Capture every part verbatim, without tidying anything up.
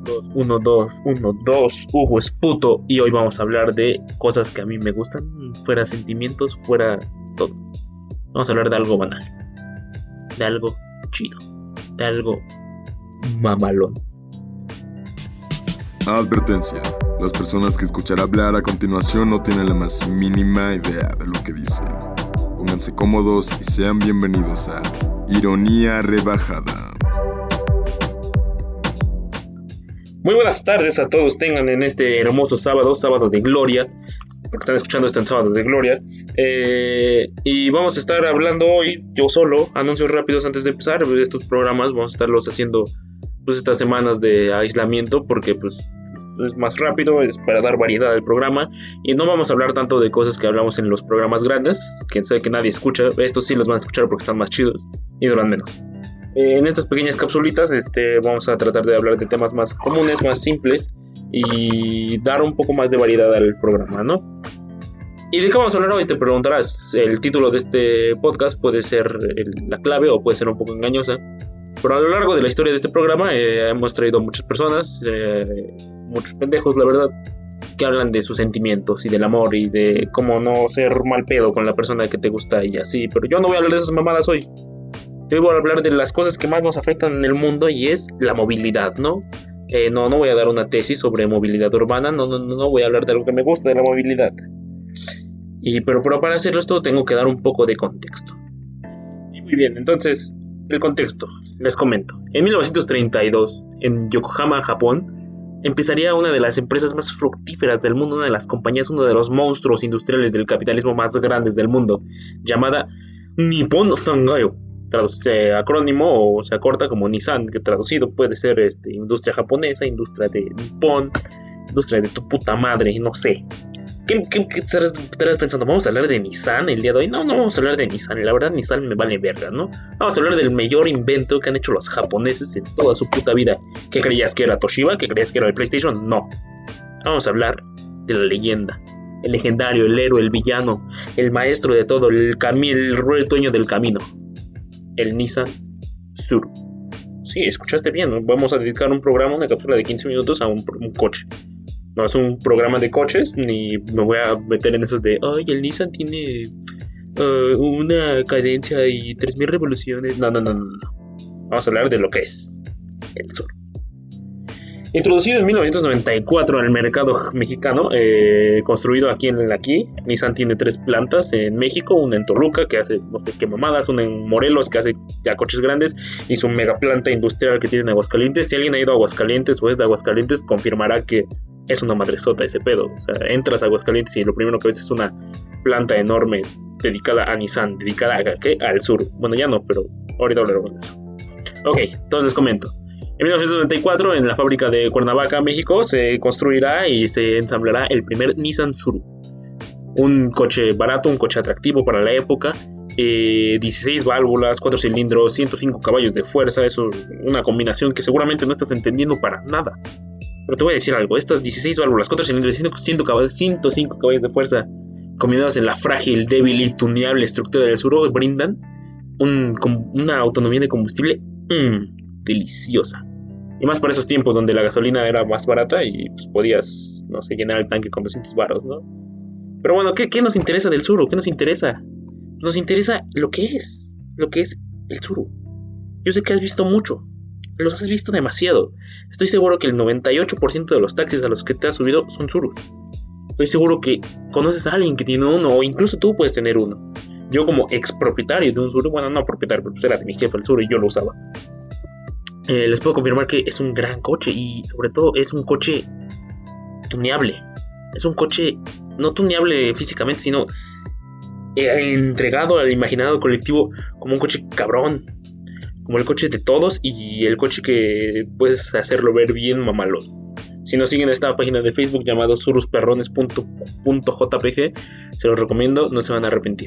dos, uno, dos, uno, dos, Hugo es puto y hoy vamos a hablar de cosas que a mí me gustan, fuera sentimientos, fuera todo. Vamos a hablar de algo banal, de algo chido, de algo mamalón. Advertencia: las personas que escuchar hablar a continuación no tienen la más mínima idea de lo que dicen. Pónganse cómodos y sean bienvenidos a Ironía Rebajada. Muy buenas tardes a todos, tengan en este hermoso sábado, sábado de gloria, porque están escuchando esto en sábado de gloria, eh, y vamos a estar hablando hoy, yo solo, anuncios rápidos antes de empezar, estos programas vamos a estarlos haciendo pues estas semanas de aislamiento, porque pues es más rápido, es para dar variedad al programa, y no vamos a hablar tanto de cosas que hablamos en los programas grandes, que sé que nadie escucha, estos sí los van a escuchar porque están más chidos y duran menos. Eh, en estas pequeñas capsulitas este, vamos a tratar de hablar de temas más comunes, más simples y dar un poco más de variedad al programa, ¿no? ¿Y de qué vamos a hablar hoy? Te preguntarás. El título de este podcast puede ser el, la clave o puede ser un poco engañosa, pero a lo largo de la historia de este programa eh, hemos traído muchas personas, eh, muchos pendejos, la verdad, que hablan de sus sentimientos y del amor y de cómo no ser mal pedo con la persona que te gusta y así, pero yo no voy a hablar de esas mamadas hoy. Hoy voy a hablar de las cosas que más nos afectan en el mundo y es la movilidad, ¿no? Eh, no, no voy a dar una tesis sobre movilidad urbana, no, no, no voy a hablar de algo que me gusta de la movilidad. Y, pero, pero para hacerlo esto tengo que dar un poco de contexto. Y muy bien, entonces, el contexto, les comento. En mil novecientos treinta y dos, en Yokohama, Japón, empezaría una de las empresas más fructíferas del mundo, una de las compañías, uno de los monstruos industriales del capitalismo más grandes del mundo, llamada Nippon Sangayo. Traduce acrónimo o se acorta como Nissan, que traducido puede ser este, industria japonesa, industria de Nippon, industria de tu puta madre, no sé. ¿Qué, qué, qué estarás, estarás pensando? ¿Vamos a hablar de Nissan el día de hoy? No, no vamos a hablar de Nissan, la verdad Nissan me vale verga, ¿no? Vamos a hablar del mayor invento que han hecho los japoneses en toda su puta vida. ¿Qué creías que era Toshiba? ¿Qué creías que era el PlayStation? No. Vamos a hablar de la leyenda, el legendario, el héroe, el villano, el maestro de todo, el, cami- el dueño del camino. El Nissan Tsuru. Sí, escuchaste bien, ¿no? Vamos a dedicar un programa, una cápsula de quince minutos a un, un coche. No es un programa de coches, ni me voy a meter en esos de ay, el Nissan tiene uh, una cadencia y tres mil revoluciones. No, no, no, no, no. Vamos a hablar de lo que es el Tsuru. Introducido en mil novecientos noventa y cuatro en el mercado mexicano, eh, construido aquí en aquí, Nissan tiene tres plantas en México, una en Toluca que hace no sé qué mamadas, una en Morelos que hace ya coches grandes y su mega planta industrial que tiene en Aguascalientes. Si alguien ha ido a Aguascalientes o es de Aguascalientes, confirmará que es una madresota ese pedo. O sea, entras a Aguascalientes y lo primero que ves es una planta enorme dedicada a Nissan, dedicada a ¿qué? Al sur. Bueno, ya no, pero ahorita hablaremos de eso. Ok, entonces les comento. En mil novecientos noventa y cuatro, en la fábrica de Cuernavaca, México, se construirá y se ensamblará el primer Nissan Tsuru. Un coche barato, un coche atractivo para la época, eh, dieciséis válvulas, cuatro cilindros, ciento cinco caballos de fuerza. Eso es una combinación que seguramente no estás entendiendo para nada. Pero te voy a decir algo, estas dieciséis válvulas, cuatro cilindros, ciento cinco caballos de fuerza, combinadas en la frágil, débil y tuneable estructura del Tsuru, brindan un, una autonomía de combustible mmm, deliciosa. Y más para esos tiempos donde la gasolina era más barata y pues, podías, no sé, llenar el tanque con doscientos baros, ¿no? Pero bueno, ¿qué, ¿qué nos interesa del Tsuru? ¿Qué nos interesa? Nos interesa lo que es, lo que es el Tsuru. Yo sé que has visto mucho, los has visto demasiado. Estoy seguro que el noventa y ocho por ciento de los taxis a los que te has subido son Tsurus. Estoy seguro que conoces a alguien que tiene uno o incluso tú puedes tener uno. Yo como ex propietario de un Tsuru, bueno, no propietario, pero pues era de mi jefe el Tsuru y yo lo usaba. Eh, les puedo confirmar que es un gran coche y sobre todo es un coche tuneable. Es un coche no tuneable físicamente, sino eh, entregado al imaginado colectivo como un coche cabrón, como el coche de todos y el coche que puedes hacerlo ver bien mamalón. Si no siguen esta página de Facebook llamado surusperrones punto jp g, se los recomiendo, no se van a arrepentir.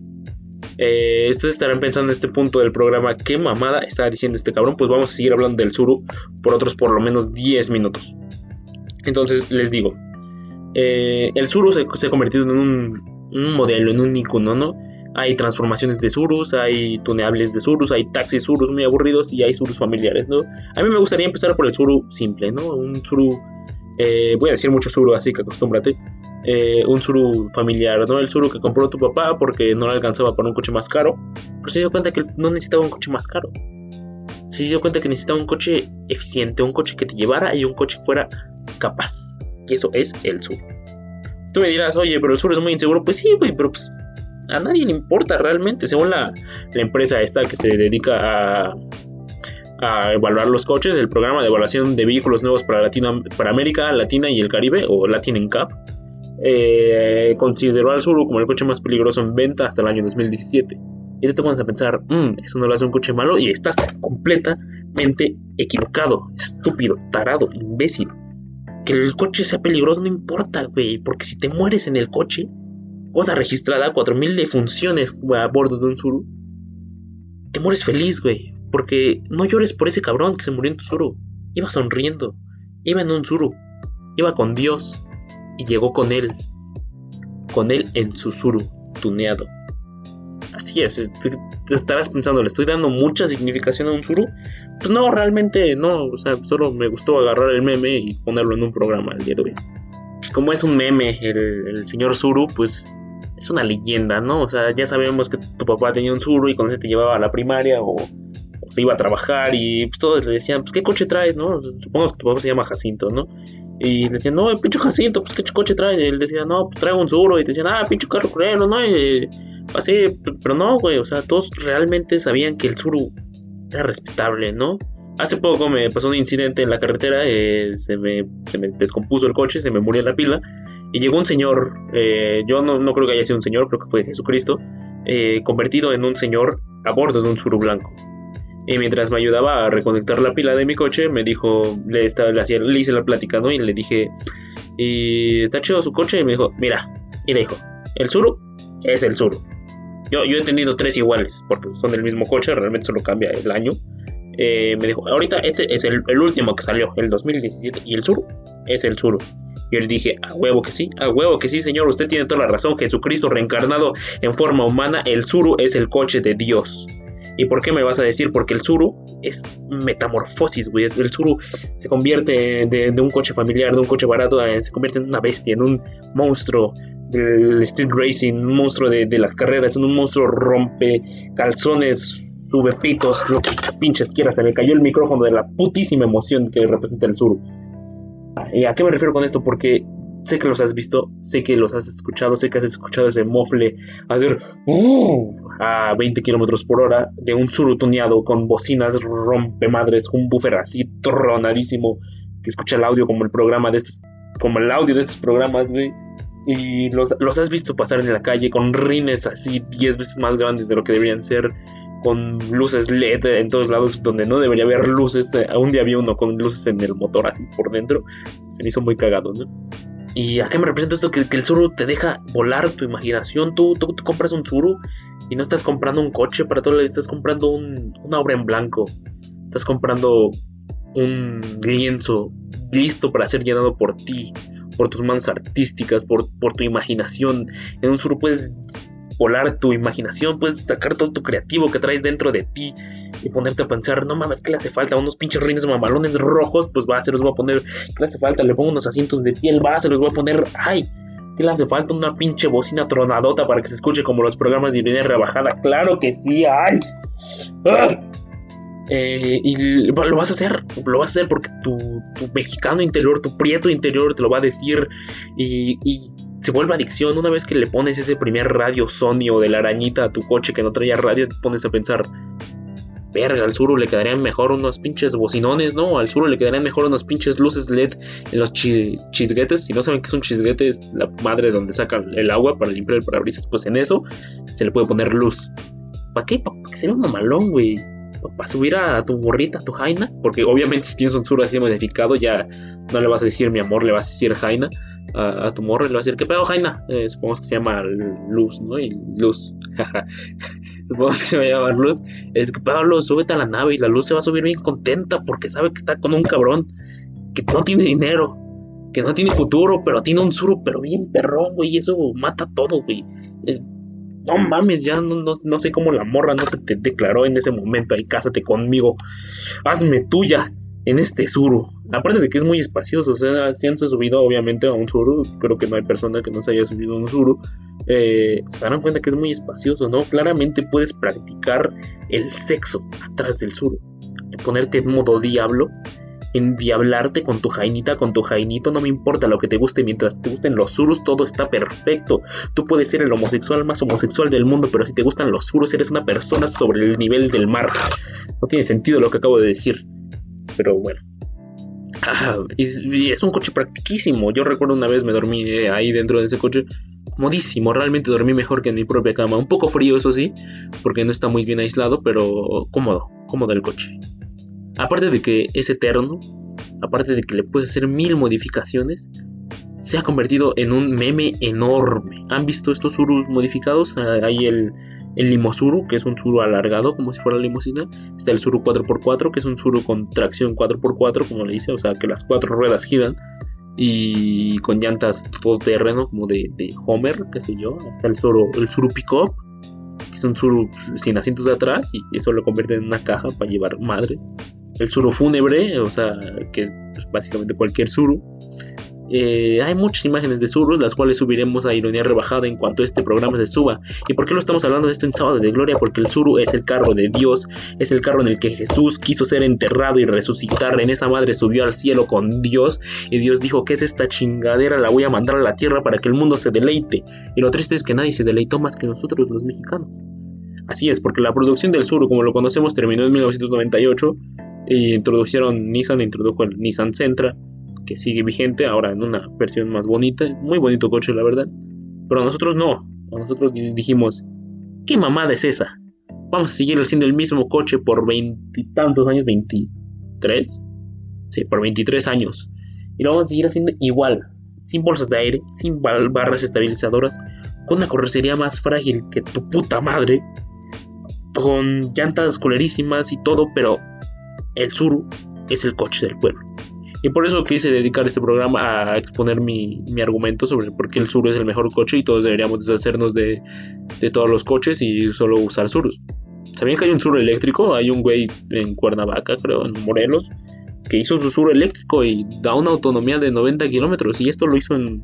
Eh, ustedes estarán pensando en este punto del programa, ¿qué mamada está diciendo este cabrón? Pues vamos a seguir hablando del Tsuru por otros por lo menos diez minutos. Entonces les digo, eh, el Tsuru se, se ha convertido en un, un modelo, en un icono, ¿no? Hay transformaciones de Tsurus, hay tuneables de Tsurus, hay taxis Tsurus muy aburridos y hay Tsurus familiares, ¿no? A mí me gustaría empezar por el Tsuru simple, ¿no? Un Tsuru, eh, voy a decir mucho Tsuru, así que acostúmbrate. Eh, un Tsuru familiar, ¿no? El Tsuru que compró tu papá porque no le alcanzaba para un coche más caro, pero se dio cuenta que no necesitaba un coche más caro. Se dio cuenta que necesitaba un coche eficiente, un coche que te llevara y un coche que fuera capaz. Y eso es el Tsuru. Tú me dirás, oye, pero el Tsuru es muy inseguro. Pues sí, güey, pero pues a nadie le importa realmente. Según la, la empresa esta que se dedica a, a evaluar los coches, el programa de evaluación de vehículos nuevos para, Latino, para América Latina y el Caribe, o Latin N C A P, eh, consideró al Tsuru como el coche más peligroso en venta hasta el año dos mil diecisiete. Y te pones a pensar, mmm, eso no lo hace un coche malo, y estás completamente equivocado, estúpido, tarado, imbécil. Que el coche sea peligroso no importa, güey, porque si te mueres en el coche, cosa registrada, cuatro mil defunciones a bordo de un Tsuru, te mueres feliz, güey, porque no llores por ese cabrón que se murió en tu Tsuru. Iba sonriendo, iba en un Tsuru, iba con Dios, y llegó con él, con él en su Tsuru, tuneado. Así es, te, te estarás pensando, ¿le estoy dando mucha significación a un Tsuru? Pues no, realmente no, o sea, solo me gustó agarrar el meme y ponerlo en un programa el día de hoy. Como es un meme, el, el señor Tsuru, pues es una leyenda, ¿no? O sea, ya sabemos que tu papá tenía un Tsuru y con ese te llevaba a la primaria o, o se iba a trabajar y pues, todos le decían, pues ¿qué coche traes, no? Supongo que tu papá se llama Jacinto, ¿no? Y le decían, no, pinche Jacinto, pues ¿qué coche traes? Y él decía, no, pues traigo un Tsuru. Y te decían, ah, pinche carro culero, ¿no? Y, así, pero no, güey, o sea, todos realmente sabían que el Tsuru era respetable, ¿no? Hace poco me pasó un incidente en la carretera, eh, se, me, se me descompuso el coche, se me murió la pila, y llegó un señor, eh, yo no, no creo que haya sido un señor, creo que fue Jesucristo, eh, convertido en un señor a bordo de un Tsuru blanco. Y mientras me ayudaba a reconectar la pila de mi coche, me dijo, le, estaba, le, hacía, le hice la plática, ¿no? Y le dije, ¿y está chido su coche? Y me dijo, mira, y le dijo, el Tsuru es el Tsuru. Yo, yo he tenido tres iguales, porque son del mismo coche, realmente solo cambia el año. Eh, me dijo, ahorita este es el, el último que salió, el dos mil diecisiete, y el Tsuru es el Tsuru. Yo le dije, a huevo que sí, a huevo que sí, señor, usted tiene toda la razón, Jesucristo reencarnado en forma humana, el Tsuru es el coche de Dios. ¿Y por qué me vas a decir? Porque el Tsuru es metamorfosis, güey. El Tsuru se convierte de, de un coche familiar, de un coche barato, eh, se convierte en una bestia, en un monstruo del street racing, un monstruo de, de las carreras, en un monstruo rompe calzones, sube pitos, lo que pinches quieras. Se me cayó el micrófono de la putísima emoción que representa el Tsuru. ¿Y a qué me refiero con esto? Porque sé que los has visto, sé que los has escuchado, sé que has escuchado ese mofle hacer uh, a veinte kilómetros por hora de un Tsuru tuneado con bocinas rompemadres, un buffer así tronadísimo que escucha el audio como el programa de estos, como el audio de estos programas, güey. Y los, los has visto pasar en la calle con rines así diez veces más grandes de lo que deberían ser, con luces L E D en todos lados donde no debería haber luces. Un día había uno con luces en el motor así por dentro, se me hizo muy cagado, ¿no? ¿Y a qué me representa esto? Que, que el Tsuru te deja volar tu imaginación. Tú, tú, tú compras un Tsuru y no estás comprando un coche para todo el día, estás comprando un, una obra en blanco. Estás comprando un lienzo listo para ser llenado por ti, por tus manos artísticas, por, por tu imaginación. En un Tsuru puedes volar tu imaginación, puedes sacar todo tu creativo que traes dentro de ti y ponerte a pensar, no mames, ¿qué le hace falta? Unos pinches rines mamalones rojos, pues va, se los voy a poner. ¿Qué le hace falta? Le pongo unos asientos de piel, va, se los voy a poner. ¡Ay! ¿Qué le hace falta? Una pinche bocina tronadota para que se escuche como los programas de Ironía Rebajada. ¡Claro que sí! ¡Ay! ¡Ah! Eh, y lo vas a hacer, lo vas a hacer porque tu, tu mexicano interior, tu prieto interior te lo va a decir y, y se vuelve adicción. Una vez que le pones ese primer radio Sony o de la arañita a tu coche que no traía radio, te pones a pensar, verga, al Tsuru le quedarían mejor unos pinches bocinones, ¿no? Al Tsuru le quedarían mejor unas pinches luces L E D en los chi- chisguetes. Si no saben qué es un chisguete, es la madre donde sacan el agua para limpiar el parabrisas. Pues en eso se le puede poner luz. ¿Para qué? Para que se vea mamalón, güey. Para subir a tu burrita, a tu jaina. Porque obviamente si tienes un Tsuru así modificado, ya no le vas a decir mi amor, le vas a decir jaina a, a tu morro. Le vas a decir, ¿qué pedo, jaina? Eh, supongamos que se llama Luz, ¿no? Y Luz, jaja. Supongo que se va a llamar Luz. Es que Pablo, súbete a la nave y la Luz se va a subir bien contenta porque sabe que está con un cabrón que no tiene dinero, que no tiene futuro, pero tiene un Tsuru, pero bien perrón, güey. Y eso mata todo, güey. Es, no mames, ya no, no, no sé cómo la morra no se te declaró en ese momento, ahí cásate conmigo, hazme tuya en este suru. Aparte de que es muy espacioso, o sea, si han subido obviamente a un suru, creo que no hay persona que no se haya subido a un suru, eh, se darán cuenta que es muy espacioso, ¿no? Claramente puedes practicar el sexo atrás del suru, ponerte en modo diablo, endiablarte con tu jainita, con tu jainito, no me importa lo que te guste, mientras te gusten los surus, todo está perfecto. Tú puedes ser el homosexual más homosexual del mundo, pero si te gustan los surus, eres una persona sobre el nivel del mar. No tiene sentido lo que acabo de decir, pero bueno. Ah, es, es un coche practiquísimo. Yo recuerdo una vez me dormí eh, ahí dentro de ese coche, comodísimo, realmente dormí mejor que en mi propia cama. Un poco frío, eso sí, porque no está muy bien aislado, pero cómodo, cómodo el coche. Aparte de que es eterno, aparte de que le puedes hacer mil modificaciones, se ha convertido en un meme enorme. ¿Han visto estos surus modificados? Hay el, el Limosuru, que es un suru alargado como si fuera limusina. Está el suru cuatro por cuatro, que es un suru con tracción cuatro por cuatro, como le dice, o sea que las cuatro ruedas giran. Y con llantas todoterreno, como de, de Homer, qué sé yo. Está el suru, el suru Pickup, que es un suru sin asientos de atrás, y eso lo convierte en una caja para llevar madres. El suru fúnebre, o sea, que es básicamente cualquier suru. Eh, hay muchas imágenes de surus, las cuales subiremos a Ironía Rebajada en cuanto este programa se suba. ¿Y por qué lo estamos hablando de esto en Sábado de Gloria? Porque el suru es el carro de Dios, es el carro en el que Jesús quiso ser enterrado y resucitar. En esa madre subió al cielo con Dios, y Dios dijo: ¿qué es esta chingadera? La voy a mandar a la tierra para que el mundo se deleite. Y lo triste es que nadie se deleitó más que nosotros los mexicanos. Así es, porque la producción del suru, como lo conocemos, terminó en mil novecientos noventa y ocho. Y introdujeron Nissan, introdujo el Nissan Sentra, que sigue vigente, ahora en una versión más bonita. Muy bonito coche, la verdad. Pero a nosotros no. A nosotros dijimos: ¿qué mamada es esa? Vamos a seguir haciendo el mismo coche por veintitantos años, veintitrés. Sí, por veintitrés años. Y lo vamos a seguir haciendo igual, sin bolsas de aire, sin barras estabilizadoras, con una carrocería más frágil que tu puta madre, con llantas culerísimas y todo, pero el suru es el coche del pueblo. Y por eso quise dedicar este programa a exponer mi, mi argumento sobre por qué el suru es el mejor coche y todos deberíamos deshacernos de, de todos los coches y solo usar surus. ¿Sabían que hay un suru eléctrico? Hay un güey en Cuernavaca, creo, en Morelos, que hizo su suru eléctrico y da una autonomía de noventa kilómetros, y esto lo hizo en,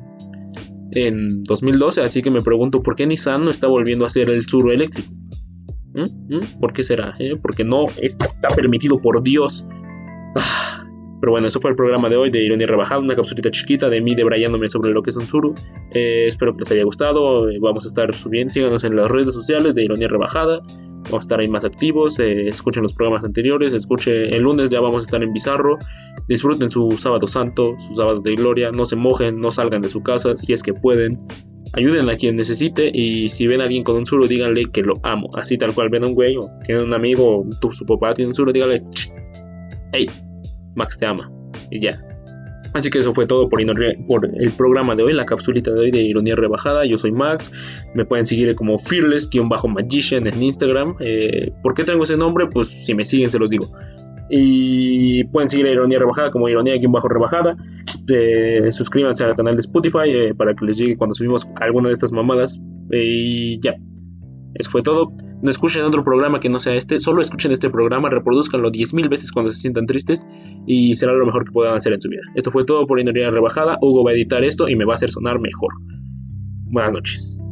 en dos mil doce. Así que me pregunto, ¿por qué Nissan no está volviendo a hacer el suru eléctrico? ¿Mm? ¿Mm? ¿Por qué será? ¿Eh? Porque no está permitido por Dios. Ah, pero bueno, eso fue el programa de hoy de Ironía Rebajada, una capsulita chiquita de mí debrayándome sobre lo que es un suru. Eh, espero que les haya gustado. Eh, vamos a estar subiendo, síganos en las redes sociales de Ironía Rebajada. Vamos a estar ahí más activos. Eh, escuchen los programas anteriores. Escuchen, el lunes ya vamos a estar en Bizarro. Disfruten su sábado santo, su sábado de gloria. No se mojen, no salgan de su casa si es que pueden. Ayuden a quien necesite, y si ven a alguien con un suru, díganle que lo amo. Así tal cual, ven a un güey o tienen un amigo, o tu, su papá tiene un suru, díganle: hey, Max te ama. Y ya. Así que eso fue todo por, por el programa de hoy, la capsulita de hoy de Ironía Rebajada. Yo soy Max, me pueden seguir como Fearless-Magician en Instagram. Eh, ¿Por qué tengo ese nombre? Pues si me siguen se los digo. Y pueden seguir a Ironía Rebajada como Ironía-Rebajada. Eh, suscríbanse al canal de Spotify eh, para que les llegue cuando subimos alguna de estas mamadas. Eh, y ya, eso fue todo. No escuchen otro programa que no sea este, solo escuchen este programa, reproduzcanlo diez mil veces cuando se sientan tristes, y será lo mejor que puedan hacer en su vida. Esto fue todo por Ironía Rebajada. Hugo va a editar esto y me va a hacer sonar mejor. Buenas noches.